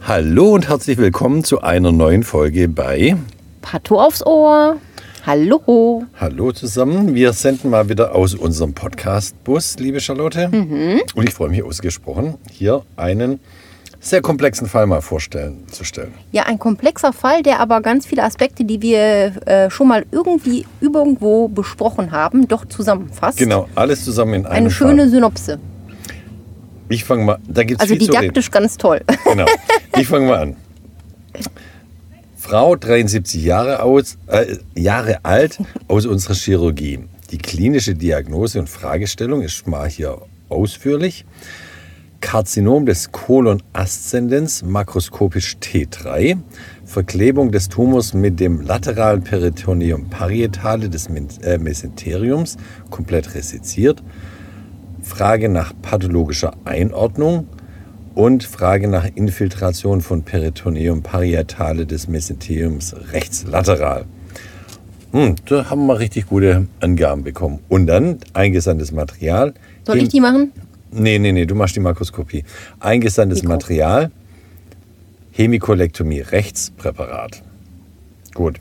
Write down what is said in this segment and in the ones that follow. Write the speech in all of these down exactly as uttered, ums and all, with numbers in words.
Hallo und herzlich willkommen zu einer neuen Folge bei Pato aufs Ohr. Hallo. Hallo zusammen. Wir senden mal wieder aus unserem Podcast-Bus, liebe Charlotte. Mhm. Und ich freue mich ausgesprochen, hier einen sehr komplexen Fall mal vorstellen zu stellen. Ja, ein komplexer Fall, der aber ganz viele Aspekte, die wir äh, schon mal irgendwie irgendwo besprochen haben, doch zusammenfasst. Genau, alles zusammen in einem Eine schöne Fall. Synopse. Ich fange mal, da gibt's Also viel zu reden. didaktisch ganz toll. Genau, ich fange mal an. Frau, dreiundsiebzig Jahre, aus, äh, Jahre alt, aus unserer Chirurgie. Die klinische Diagnose und Fragestellung ist mal hier ausführlich. Karzinom des Colon ascendens, makroskopisch T drei, Verklebung des Tumors mit dem lateralen Peritoneum parietale des Mesenteriums, komplett resiziert. Frage nach pathologischer Einordnung und Frage nach Infiltration von Peritoneum parietale des Mesenteriums rechtslateral. Hm, da haben wir richtig gute Angaben bekommen. Und dann eingesandtes Material. Soll ich die machen? Nee, nee, nee, du machst die Makroskopie. Eingesandtes Mikro. Material, Hemikolektomie, Rechtspräparat. Gut.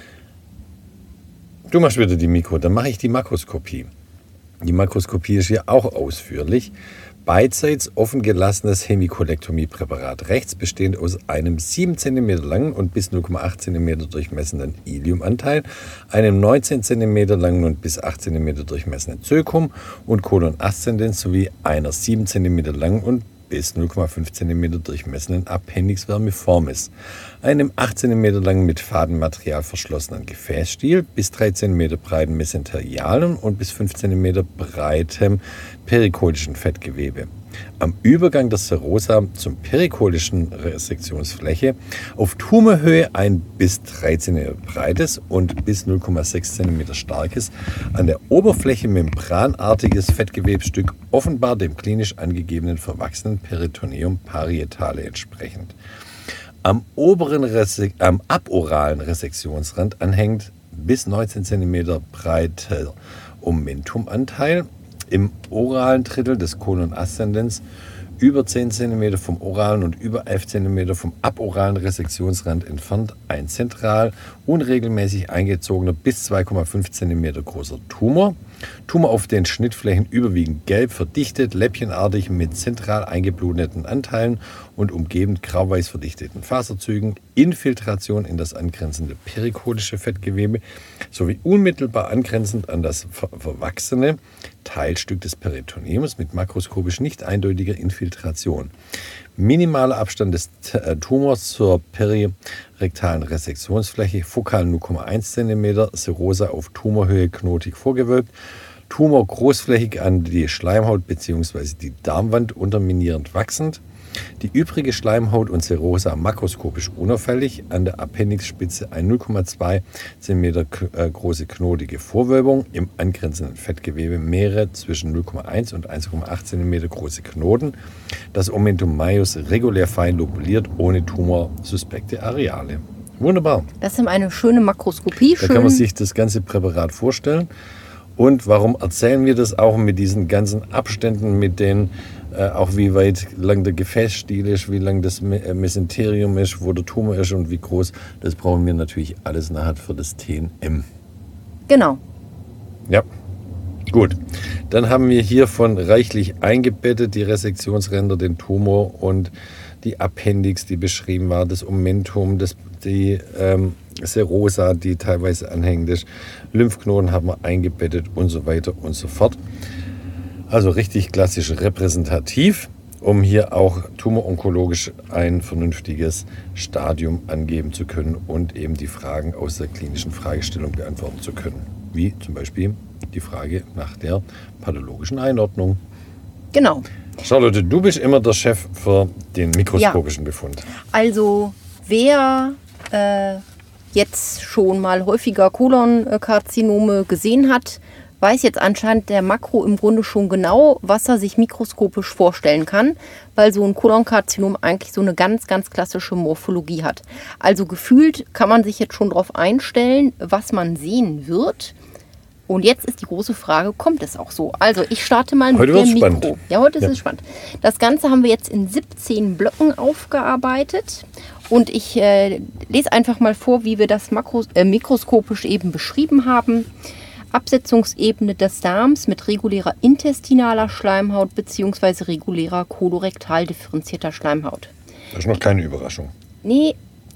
Du machst wieder die Mikro, dann mache ich die Makroskopie. Die Makroskopie ist hier auch ausführlich. Beidseits offen gelassenes Hemikolektomiepräparat rechts, bestehend aus einem sieben Zentimeter langen und bis null Komma acht Zentimeter durchmessenden Iliumanteil, einem neunzehn Zentimeter langen und bis acht Zentimeter durchmessenden Zökum und Colon ascendens sowie einer sieben Zentimeter langen und bis null Komma fünf Zentimeter durchmessenden Appendix vermiformis, einem acht Zentimeter langen mit Fadenmaterial verschlossenen Gefäßstiel, bis drei Zentimeter breiten mesenterialen und bis fünf Zentimeter breitem perikodischen Fettgewebe. Am Übergang der Serosa zum perikodischen Resektionsfläche auf Tumorhöhe ein bis drei Zentimeter breites und bis null Komma sechs Zentimeter starkes, an der Oberfläche membranartiges Fettgewebsstück, offenbar dem klinisch angegebenen verwachsenen Peritoneum parietale entsprechend. Am oberen Rese- am aboralen Resektionsrand anhängt bis neunzehn Zentimeter breiter Omentumanteil, im oralen Drittel des Colon ascendens über zehn Zentimeter vom oralen und über elf Zentimeter vom aboralen Resektionsrand entfernt ein zentral unregelmäßig eingezogener bis zwei Komma fünf Zentimeter großer Tumor. Tumor auf den Schnittflächen überwiegend gelb, verdichtet, läppchenartig mit zentral eingebluteten Anteilen und umgebend grauweiß verdichteten Faserzügen, Infiltration in das angrenzende perikodische Fettgewebe sowie unmittelbar angrenzend an das ver- verwachsene Teilstück des Peritoneums mit makroskopisch nicht eindeutiger Infiltration. Minimaler Abstand des T- äh, Tumors zur perirektalen Resektionsfläche, fokal null Komma eins Zentimeter, Serosa auf Tumorhöhe knotig vorgewölbt, Tumor großflächig an die Schleimhaut bzw. die Darmwand unterminierend wachsend, die übrige Schleimhaut und Serosa makroskopisch unauffällig, an der Appendixspitze eine null Komma zwei Zentimeter große knotige Vorwölbung, im angrenzenden Fettgewebe mehrere zwischen null Komma eins und eins Komma acht Zentimeter große Knoten, das Omentum majus regulär fein lobuliert, ohne tumorsuspekte Areale. Wunderbar. Das ist eine schöne Makroskopie. Da Schön. kann man sich das ganze Präparat vorstellen. Und warum erzählen wir das auch mit diesen ganzen Abständen, mit den äh, auch wie weit lang der Gefäßstiel ist, wie lang das Me- äh, Mesenterium ist, wo der Tumor ist und wie groß. Das brauchen wir natürlich alles nachher für das T N M. Genau. Ja, gut. Dann haben wir hier von reichlich eingebettet die Resektionsränder, den Tumor und die Appendix, die beschrieben war, das Omentum, das, die ähm, Serosa, die teilweise anhängend ist, Lymphknoten haben wir eingebettet und so weiter und so fort. Also richtig klassisch repräsentativ, um hier auch tumoronkologisch ein vernünftiges Stadium angeben zu können und eben die Fragen aus der klinischen Fragestellung beantworten zu können. Wie zum Beispiel die Frage nach der pathologischen Einordnung. Genau. Charlotte, du bist immer der Chef für den mikroskopischen ja. Befund. Also wer äh, jetzt schon mal häufiger Kolonkarzinome gesehen hat, weiß jetzt anscheinend der Makro im Grunde schon genau, was er sich mikroskopisch vorstellen kann, weil so ein Kolonkarzinom eigentlich so eine ganz, ganz klassische Morphologie hat. Also gefühlt kann man sich jetzt schon darauf einstellen, was man sehen wird. Und jetzt ist die große Frage, kommt es auch so? Also ich starte mal mit heute dem Mikro. Spannend. Ja, heute ist ja. es spannend. Das Ganze haben wir jetzt in siebzehn Blöcken aufgearbeitet. Und ich äh, lese einfach mal vor, wie wir das Makros, äh, mikroskopisch eben beschrieben haben. Absetzungsebene des Darms mit regulärer intestinaler Schleimhaut bzw. regulärer kolorektal differenzierter Schleimhaut. Das ist noch keine Überraschung. Nee,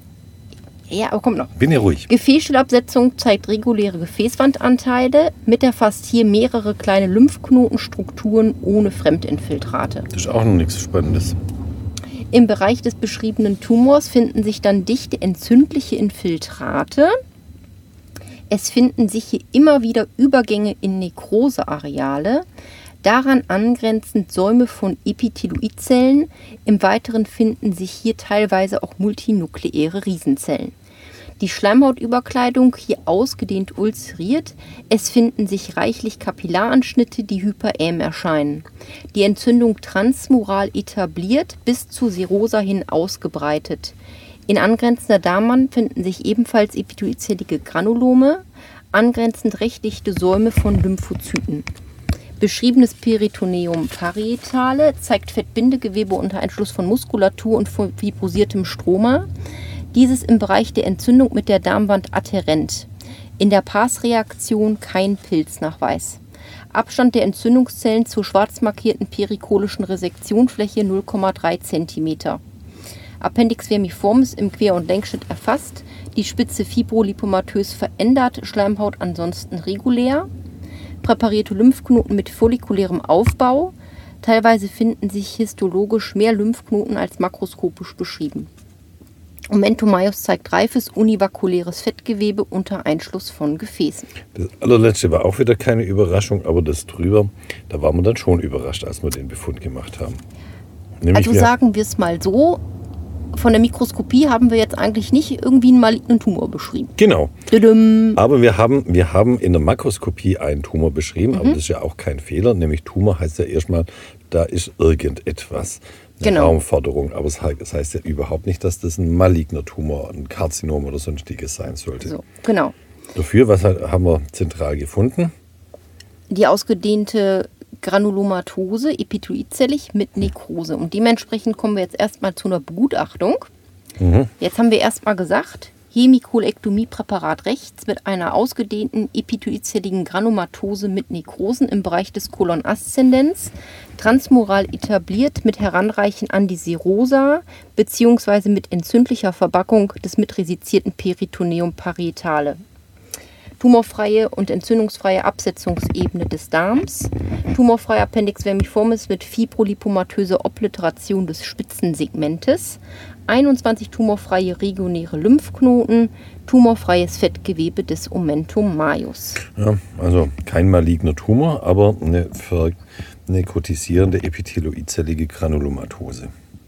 ja, aber kommt noch. Bin ja ruhig. Gefäßstellabsetzung zeigt reguläre Gefäßwandanteile mit erfasst hier mehrere kleine Lymphknotenstrukturen ohne Fremdinfiltrate. Das ist auch noch nichts Spannendes. Im Bereich des beschriebenen Tumors finden sich dann dichte entzündliche Infiltrate. Es finden sich hier immer wieder Übergänge in Nekroseareale. Daran angrenzend Säume von Epitheloidzellen. Im Weiteren finden sich hier teilweise auch multinukleäre Riesenzellen. Die Schleimhautüberkleidung hier ausgedehnt ulzeriert. Es finden sich reichlich Kapillaranschnitte, die hyperäm erscheinen. Die Entzündung transmural etabliert bis zu serosa hin ausgebreitet. In angrenzender Darmwand finden sich ebenfalls epitheliozellige Granulome, angrenzend recht dichte Säume von Lymphozyten. Beschriebenes Peritoneum parietale zeigt Fettbindegewebe unter Einschluss von Muskulatur und fibrosiertem Stroma. Dieses im Bereich der Entzündung mit der Darmwand adhärent. In der Pass-Reaktion kein Pilznachweis. Abstand der Entzündungszellen zur schwarz markierten perikolischen Resektionsfläche null Komma drei Zentimeter. Appendix vermiformis im Quer- und Längsschnitt erfasst. Die Spitze fibrolipomatös verändert, Schleimhaut ansonsten regulär. Präparierte Lymphknoten mit follikulärem Aufbau. Teilweise finden sich histologisch mehr Lymphknoten als makroskopisch beschrieben. Omentomaios zeigt reifes univakuläres Fettgewebe unter Einschluss von Gefäßen. Das allerletzte war auch wieder keine Überraschung, aber das drüber, da waren wir dann schon überrascht, als wir den Befund gemacht haben. Nämlich also sagen wir es mal so, von der Mikroskopie haben wir jetzt eigentlich nicht irgendwie einen malignen Tumor beschrieben. Genau. Tudum. Aber wir haben, wir haben in der Makroskopie einen Tumor beschrieben, mhm. aber das ist ja auch kein Fehler. Nämlich Tumor heißt ja erstmal, da ist irgendetwas, eine genau. Raumforderung. Aber es heißt, das heißt ja überhaupt nicht, dass das ein maligner Tumor, ein Karzinom oder sonstiges sein sollte. So, genau. Dafür, was haben wir zentral gefunden? Die ausgedehnte Granulomatose, epitheliozellig mit Nekrose. Und dementsprechend kommen wir jetzt erstmal zu einer Begutachtung. Mhm. Jetzt haben wir erstmal gesagt, Hemikolektomiepräparat rechts mit einer ausgedehnten epitheliozelligen Granulomatose mit Nekrosen im Bereich des Kolon ascendens, transmural etabliert mit Heranreichen an die Serosa bzw. mit entzündlicher Verbackung des mitresizierten Peritoneum parietale. Tumorfreie und entzündungsfreie Absetzungsebene des Darms, tumorfreier Appendix vermiformis mit fibrolipomatöser Obliteration des Spitzensegmentes, einundzwanzig tumorfreie regionäre Lymphknoten, tumorfreies Fettgewebe des Omentum majus. Ja, also kein maligner Tumor, aber eine nekrotisierende epitheliozellige Granulomatose.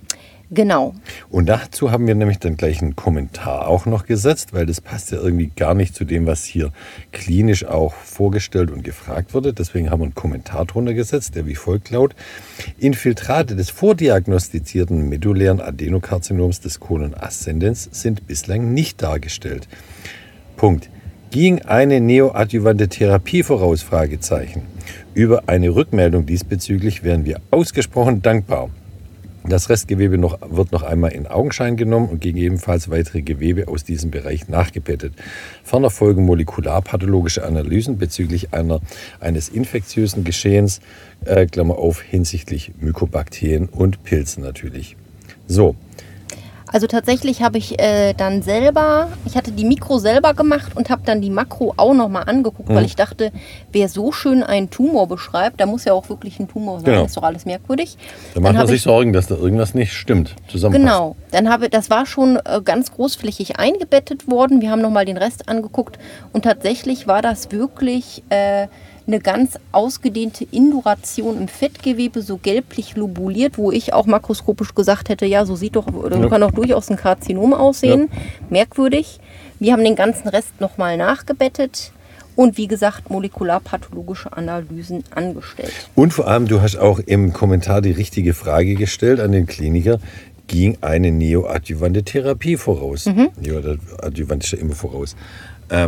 Genau. Und dazu haben wir nämlich dann gleich einen Kommentar auch noch gesetzt, weil das passt ja irgendwie gar nicht zu dem, was hier klinisch auch vorgestellt und gefragt wurde. Deswegen haben wir einen Kommentar drunter gesetzt, der wie folgt laut: Infiltrate des vordiagnostizierten medullären Adenokarzinoms des Kolon ascendens sind bislang nicht dargestellt. Punkt. Ging eine neoadjuvante Therapie voraus? Fragezeichen. Über eine Rückmeldung diesbezüglich wären wir ausgesprochen dankbar. Das Restgewebe noch, wird noch einmal in Augenschein genommen und gegebenenfalls weitere Gewebe aus diesem Bereich nachgebettet. Ferner folgen molekularpathologische Analysen bezüglich einer, eines infektiösen Geschehens, äh, Klammer auf, hinsichtlich Mykobakterien und Pilzen natürlich. So. Also tatsächlich habe ich äh, dann selber, ich hatte die Mikro selber gemacht und habe dann die Makro auch nochmal angeguckt, mhm. weil ich dachte, wer so schön einen Tumor beschreibt, da muss ja auch wirklich ein Tumor sein, genau. Das ist doch alles merkwürdig. Da macht man sich Sorgen, dass da irgendwas nicht stimmt, zusammenpasst. Genau, dann habe, das war schon äh, ganz großflächig eingebettet worden, wir haben nochmal den Rest angeguckt und tatsächlich war das wirklich äh, eine ganz ausgedehnte Induration im Fettgewebe, so gelblich lobuliert, wo ich auch makroskopisch gesagt hätte, ja, so sieht doch, oder so ja. kann doch durchaus ein Karzinom aussehen. Ja. Merkwürdig. Wir haben den ganzen Rest nochmal nachgebettet und wie gesagt molekularpathologische Analysen angestellt. Und vor allem, du hast auch im Kommentar die richtige Frage gestellt an den Kliniker, ging eine neoadjuvante Therapie voraus? Mhm. Neoadjuvant ist ja immer voraus. Ähm,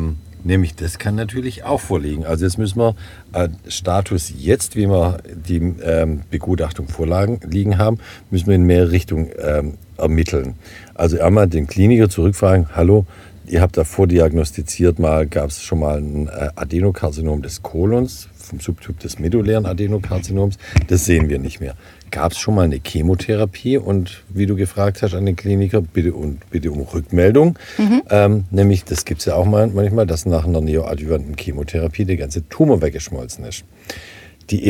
Nämlich, das kann natürlich auch vorliegen. Also jetzt müssen wir äh, Status jetzt, wie wir die ähm, Begutachtung vorliegen haben, müssen wir in mehrere Richtungen ähm, ermitteln. Also einmal den Kliniker zurückfragen, hallo, ihr habt da vordiagnostiziert, mal gab es schon mal ein äh, Adenokarzinom des Kolons, vom Subtyp des medullären Adenokarzinoms. Das sehen wir nicht mehr. Gab es schon mal eine Chemotherapie? Und wie du gefragt hast an den Kliniker, bitte, und, bitte um Rückmeldung. Mhm. Ähm, nämlich, das gibt es ja auch mal, manchmal, dass nach einer neoadjuvanten Chemotherapie der ganze Tumor weggeschmolzen ist. Die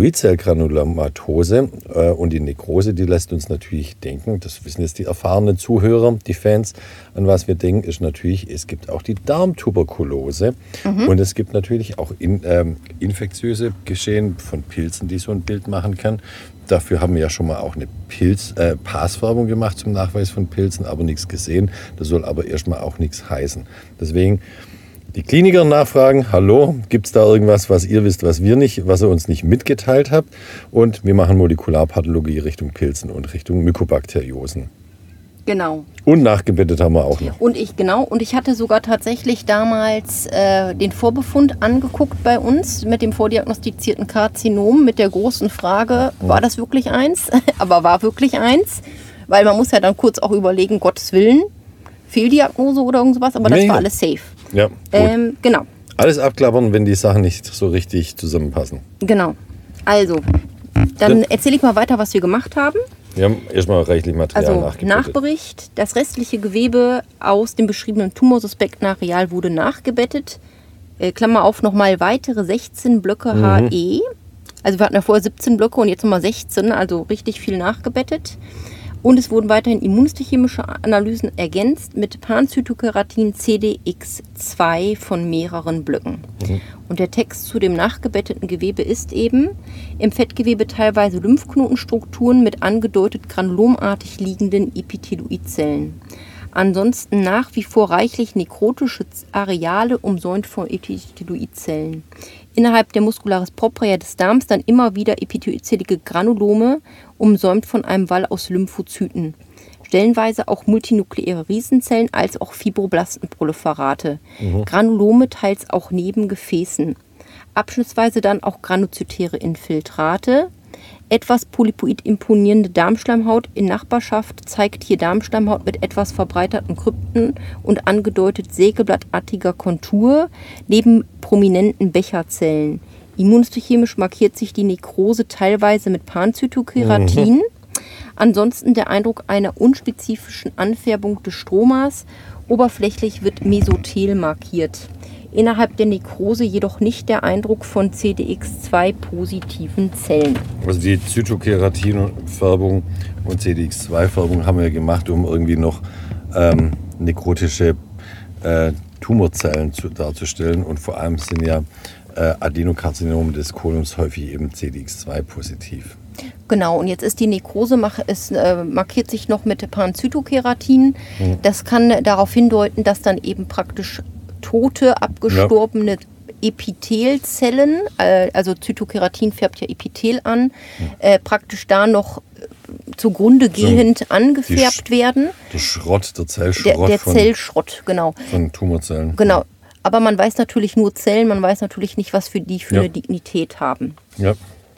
Epitheloidzellgranulomatose äh, und die Nekrose, die lässt uns natürlich denken, das wissen jetzt die erfahrenen Zuhörer, die Fans, an was wir denken, ist natürlich, es gibt auch die Darmtuberkulose mhm. und es gibt natürlich auch in, ähm, infektiöse Geschehen von Pilzen, die so ein Bild machen kann. Dafür haben wir ja schon mal auch eine Pilz, äh, Passfärbung gemacht zum Nachweis von Pilzen, aber nichts gesehen. Das soll aber erstmal auch nichts heißen. Deswegen die Kliniker nachfragen, hallo, gibt es da irgendwas, was ihr wisst, was wir nicht, was ihr uns nicht mitgeteilt habt? Und wir machen Molekularpathologie Richtung Pilzen und Richtung Mykobakteriosen. Genau. Und nachgebettet haben wir auch noch. Und ich, genau, und ich hatte sogar tatsächlich damals äh, den Vorbefund angeguckt bei uns mit dem vordiagnostizierten Karzinom mit der großen Frage, mhm. war das wirklich eins? Aber war wirklich eins? Weil man muss ja dann kurz auch überlegen, Gottes Willen, Fehldiagnose oder irgendwas, aber das nee. war alles safe. Ja, gut. Ähm, genau. Alles abklappern, wenn die Sachen nicht so richtig zusammenpassen. Genau. Also, dann erzähle ich mal weiter, was wir gemacht haben. Wir haben erstmal reichlich Material also, nachgebettet. Nachbericht. Das restliche Gewebe aus dem beschriebenen tumorsuspekten Areal wurde nachgebettet. Äh, Klammer auf, nochmal weitere sechzehn Blöcke mhm. H E. Also wir hatten ja vorher siebzehn Blöcke und jetzt nochmal sechzehn, also richtig viel nachgebettet. Und es wurden weiterhin immunhistochemische Analysen ergänzt mit Panzytokeratin C D X zwei von mehreren Blöcken. Mhm. Und der Text zu dem nachgebetteten Gewebe ist eben: im Fettgewebe teilweise Lymphknotenstrukturen mit angedeutet granulomartig liegenden Epitheloidzellen. Ansonsten nach wie vor reichlich nekrotische Areale umsäumt von Epitheloidzellen. Innerhalb der Muscularis propria des Darms dann immer wieder epitheliozellige Granulome, umsäumt von einem Wall aus Lymphozyten. Stellenweise auch multinukleäre Riesenzellen als auch Fibroblastenproliferate. Mhm. Granulome teils auch neben Gefäßen. Abschnittsweise dann auch granulozytäre Infiltrate. Etwas polypoid imponierende Darmschleimhaut in Nachbarschaft zeigt hier Darmschleimhaut mit etwas verbreiterten Krypten und angedeutet sägeblattartiger Kontur neben prominenten Becherzellen. Immunhistochemisch markiert sich die Nekrose teilweise mit Panzytokeratin. Mhm. Ansonsten der Eindruck einer unspezifischen Anfärbung des Stromas. Oberflächlich wird Mesothel markiert. Innerhalb der Nekrose jedoch nicht der Eindruck von C D X zwei positiven Zellen. Also die Zytokeratin-Färbung und C D X zwei Färbung haben wir gemacht, um irgendwie noch ähm, nekrotische äh, Tumorzellen zu, darzustellen. Und vor allem sind ja äh, Adenokarzinome des Kolons häufig eben C D X zwei positiv. Genau, und jetzt ist die Nekrose, es äh, markiert sich noch mit Panzytokeratin. Mhm. Das kann darauf hindeuten, dass dann eben praktisch tote, abgestorbene ja. Epithelzellen, äh, also Zytokeratin färbt ja Epithel an, mhm. äh, praktisch da noch äh, zugrunde gehend so, angefärbt die, werden. Der Schrott, der Zellschrott. Der, der von, Zellschrott, genau. Von Tumorzellen. Genau. Aber man weiß natürlich nur Zellen, man weiß natürlich nicht, was für die für ja. eine Dignität haben. Ja.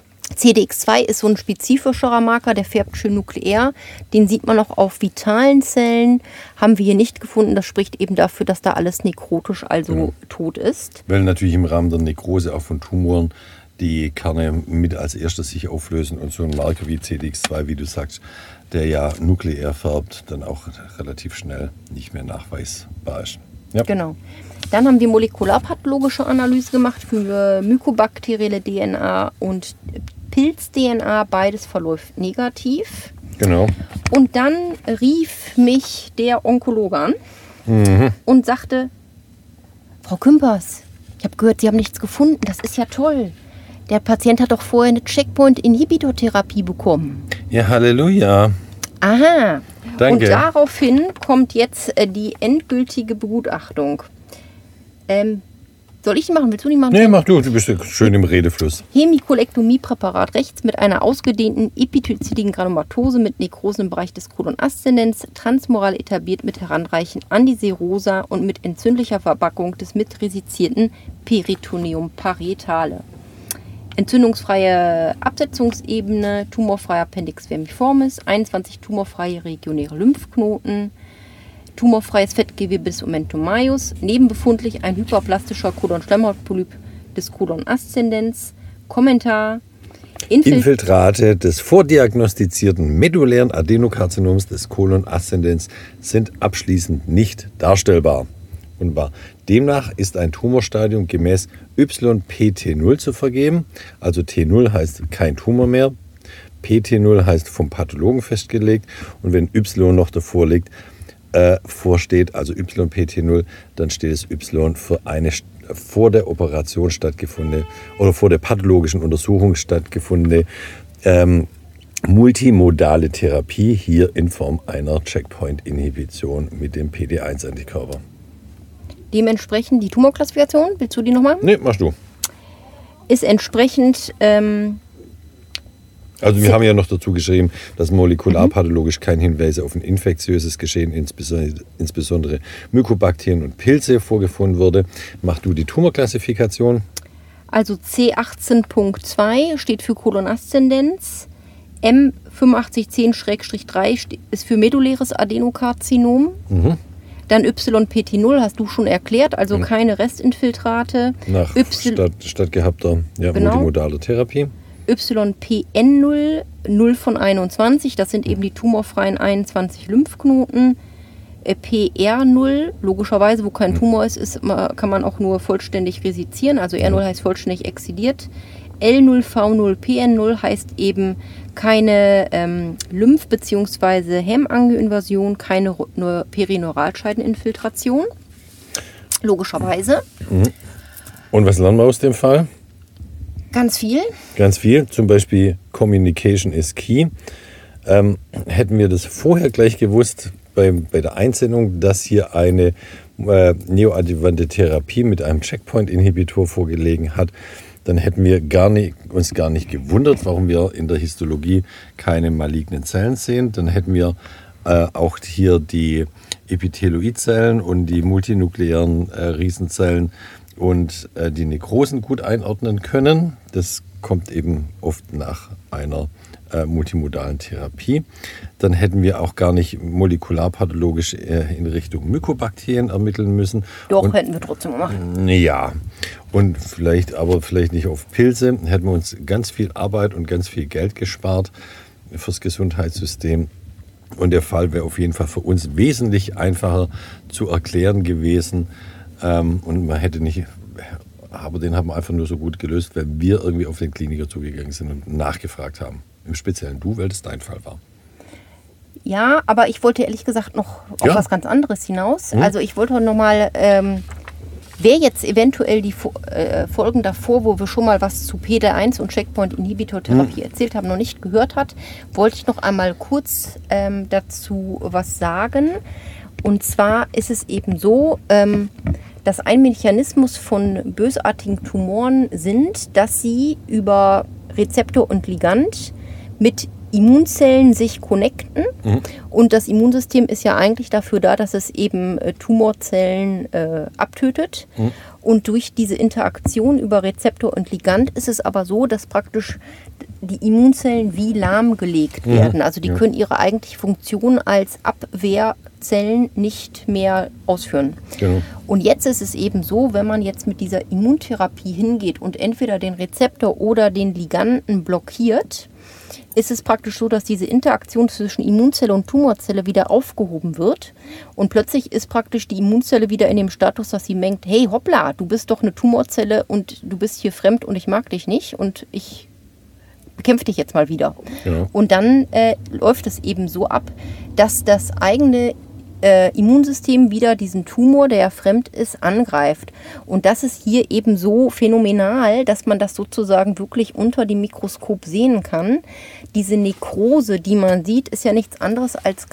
C D X zwei ist so ein spezifischerer Marker, der färbt schön nukleär. Den sieht man auch auf vitalen Zellen. Haben wir hier nicht gefunden. Das spricht eben dafür, dass da alles nekrotisch, also genau. tot ist. Weil natürlich im Rahmen der Nekrose auch von Tumoren die Kerne mit als erstes sich auflösen und so ein Marker wie C D X zwei, wie du sagst, der ja nukleär färbt, dann auch relativ schnell nicht mehr nachweisbar ist. Ja. Genau. Dann haben wir molekularpathologische Analyse gemacht für mykobakterielle D N A und Pilz-D N A. Beides verläuft negativ. Genau. Und dann rief mich der Onkologe an mhm. und sagte: Frau Kümpers, ich habe gehört, Sie haben nichts gefunden. Das ist ja toll. Der Patient hat doch vorher eine Checkpoint-Inhibitor-Therapie bekommen. Ja, Halleluja. Aha. Danke. Und daraufhin kommt jetzt äh, die endgültige Begutachtung. Ähm, Soll ich die machen? Willst du die machen? Nee, mach du, du bist ja schön im Redefluss. Hemikolektomie-Präparat rechts mit einer ausgedehnten epithelzitigen Granulomatose mit Nekrosen im Bereich des Kolon ascendens, transmural etabliert mit Heranreichen an die Serosa und mit entzündlicher Verbackung des mitresizierten Peritoneum parietale. Entzündungsfreie Absetzungsebene, tumorfreier Appendix vermiformis, einundzwanzig tumorfreie regionäre Lymphknoten, tumorfreies Fettgewebe des Omentum majus, nebenbefundlich ein hyperplastischer Kolon-Schleimhautpolyp des Kolon ascendens. Kommentar: Infil- Infiltrate des vordiagnostizierten medullären Adenokarbinoms des Kolon ascendens sind abschließend nicht darstellbar. Wunderbar. Demnach ist ein Tumorstadium gemäß Y P T null zu vergeben. Also T null heißt kein Tumor mehr. P T null heißt vom Pathologen festgelegt. Und wenn Y noch davor liegt, Äh, vorsteht, also Y P T null, dann steht es Y für eine vor der Operation stattgefundene oder vor der pathologischen Untersuchung stattgefundene ähm, multimodale Therapie, hier in Form einer Checkpoint-Inhibition mit dem P D eins Antikörper. Dementsprechend die Tumorklassifikation, willst du die nochmal? Nee, machst du. Ist entsprechend ähm, Also wir haben ja noch dazu geschrieben, dass molekularpathologisch kein Hinweise auf ein infektiöses Geschehen, insbesondere, insbesondere Mykobakterien und Pilze, vorgefunden wurde. Mach du die Tumorklassifikation. Also C achtzehn Punkt zwei steht für Kolon ascendens, M fünfundachtzig zehn drei ist für medulläres Adenokarzinom, Mhm. dann Y P T null hast du schon erklärt, also Mhm. keine Restinfiltrate. Nach Y- statt, stattgehabter ja, Genau. multimodaler Therapie. Y P N null, null von einundzwanzig, das sind eben die tumorfreien einundzwanzig Lymphknoten. Äh, P R null, logischerweise, wo kein Tumor ist, ist kann man auch nur vollständig resizieren, also R null heißt vollständig exzidiert. L null V null P N null heißt eben keine ähm, Lymph- bzw. Hemmangioinvasion, keine Ro- nur Perineuralscheideninfiltration, logischerweise. Und was lernen wir aus dem Fall? Ganz viel. Ganz viel, zum Beispiel Communication is key. Ähm, hätten wir das vorher gleich gewusst bei, bei der Einsendung, dass hier eine äh, neoadjuvante Therapie mit einem Checkpoint-Inhibitor vorgelegen hat, dann hätten wir gar nicht, uns gar nicht gewundert, warum wir in der Histologie keine malignen Zellen sehen. Dann hätten wir äh, auch hier die Epitheloidzellen und die multinuklearen äh, Riesenzellen und äh, die Nekrosen gut einordnen können. Das kommt eben oft nach einer äh, multimodalen Therapie. Dann hätten wir auch gar nicht molekularpathologisch äh, in Richtung Mykobakterien ermitteln müssen. Doch, und, hätten wir trotzdem gemacht. Ja, und vielleicht, aber vielleicht nicht auf Pilze. Hätten wir uns ganz viel Arbeit und ganz viel Geld gespart fürs Gesundheitssystem. Und der Fall wäre auf jeden Fall für uns wesentlich einfacher zu erklären gewesen. Ähm, und man hätte nicht, aber den haben wir einfach nur so gut gelöst, weil wir irgendwie auf den Kliniker zugegangen sind und nachgefragt haben. Im Speziellen du, weil das dein Fall war. Ja, aber ich wollte ehrlich gesagt noch auf Ja. was ganz anderes hinaus. Hm? Also ich wollte nochmal, ähm, wer jetzt eventuell die Fo- äh, Folgen davor, wo wir schon mal was zu P D eins und Checkpoint-Inhibitor-Therapie Hm. erzählt haben, noch nicht gehört hat, wollte ich noch einmal kurz ähm, dazu was sagen. Und zwar ist es eben so, ähm, dass ein Mechanismus von bösartigen Tumoren sind, dass sie über Rezeptor und Ligand mit Immunzellen sich connecten. Mhm. Und das Immunsystem ist ja eigentlich dafür da, dass es eben äh, Tumorzellen äh, abtötet. Mhm. Und durch diese Interaktion über Rezeptor und Ligand ist es aber so, dass praktisch die Immunzellen wie lahmgelegt Mhm. werden. Also die Ja. können ihre eigentliche Funktion als Abwehrzellen nicht mehr ausführen. Genau. Und jetzt ist es eben so, wenn man jetzt mit dieser Immuntherapie hingeht und entweder den Rezeptor oder den Liganden blockiert, ist es praktisch so, dass diese Interaktion zwischen Immunzelle und Tumorzelle wieder aufgehoben wird. Und plötzlich ist praktisch die Immunzelle wieder in dem Status, dass sie denkt, hey hoppla, du bist doch eine Tumorzelle und du bist hier fremd und ich mag dich nicht und ich bekämpfe dich jetzt mal wieder. Genau. Und dann äh, läuft es eben so ab, dass das eigene äh, Immunsystem wieder diesen Tumor, der ja fremd ist, angreift. Und das ist hier eben so phänomenal, dass man das sozusagen wirklich unter dem Mikroskop sehen kann. Diese Nekrose, die man sieht, ist ja nichts anderes als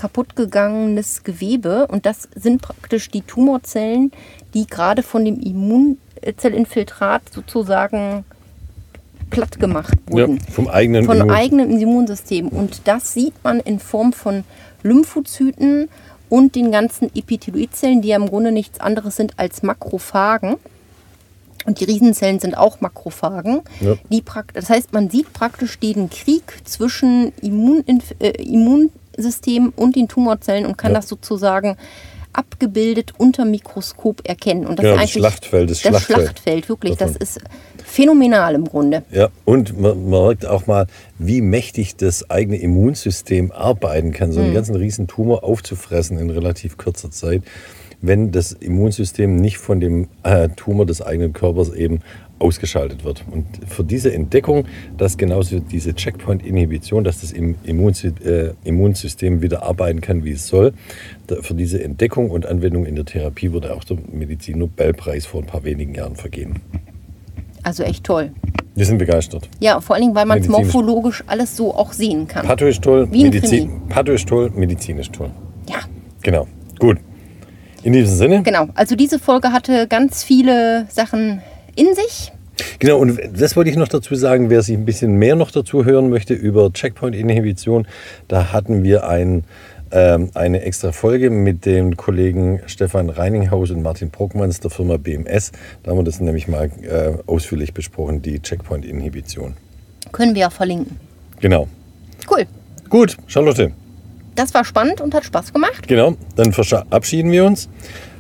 kaputtgegangenes Gewebe. Und das sind praktisch die Tumorzellen, die gerade von dem Immun T-Zellinfiltrat sozusagen platt gemacht wurden. Ja, vom eigenen Von Immun- eigenem Immunsystem. Und das sieht man in Form von Lymphozyten und den ganzen Epithelioidzellen, die ja im Grunde nichts anderes sind als Makrophagen. Und die Riesenzellen sind auch Makrophagen. Ja. Die prakt- das heißt, man sieht praktisch den Krieg zwischen Immuninf- äh, Immunsystem und den Tumorzellen und kann Ja. das sozusagen abgebildet unter Mikroskop erkennen. Und das Genau, ist das eigentlich Schlachtfeld, das das Schlachtfeld Schlachtfeld, wirklich. davon. Das ist phänomenal im Grunde. Ja, und man man merkt auch mal, wie mächtig das eigene Immunsystem arbeiten kann, so einen ganzen riesen Tumor aufzufressen in relativ kurzer Zeit, wenn das Immunsystem nicht von dem äh, Tumor des eigenen Körpers eben ausgeschaltet wird. Und für diese Entdeckung, dass genauso diese Checkpoint-Inhibition, dass das im Immunsy äh, Immunsystem wieder arbeiten kann, wie es soll, da, für diese Entdeckung und Anwendung in der Therapie wurde auch der Medizin-Nobelpreis vor ein paar wenigen Jahren vergeben. Also echt toll. Wir sind begeistert. Ja, vor allen Dingen, weil man es Medizinisch. morphologisch alles so auch sehen kann. Patho ist toll, Wie ein Medizin, Krimi. Patho ist toll, Medizin ist toll. Ja, Genau, gut. In diesem Sinne. genau. Also diese Folge hatte ganz viele Sachen in sich. Genau, und das wollte ich noch dazu sagen, wer sich ein bisschen mehr noch dazu hören möchte über Checkpoint-Inhibition, da hatten wir ein, ähm, eine extra Folge mit den Kollegen Stefan Reininghaus und Martin Brockmanns der Firma B M S. Da haben wir das nämlich mal äh, ausführlich besprochen, die Checkpoint-Inhibition. Können wir ja verlinken. Genau. Cool. Gut, Charlotte. Das war spannend und hat Spaß gemacht. Genau, dann verabschieden wir uns.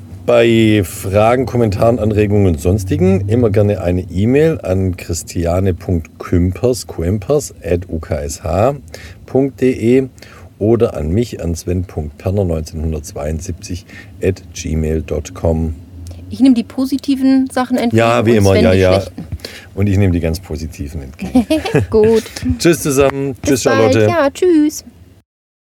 Bei Fragen, Kommentaren, Anregungen und sonstigen immer gerne eine E-Mail an christiane punkt kümpers at u k s h punkt d e oder an mich an sven punkt perner neunzehnhundertzweiundsiebzig at gmail punkt com. Ich nehme die positiven Sachen entgegen. Ja, wie und immer, Sven ja, die ja. schlechten. Und ich nehme die ganz positiven entgegen. Gut. Tschüss zusammen. Tschüss, Bis bald. Charlotte. Ja, tschüss.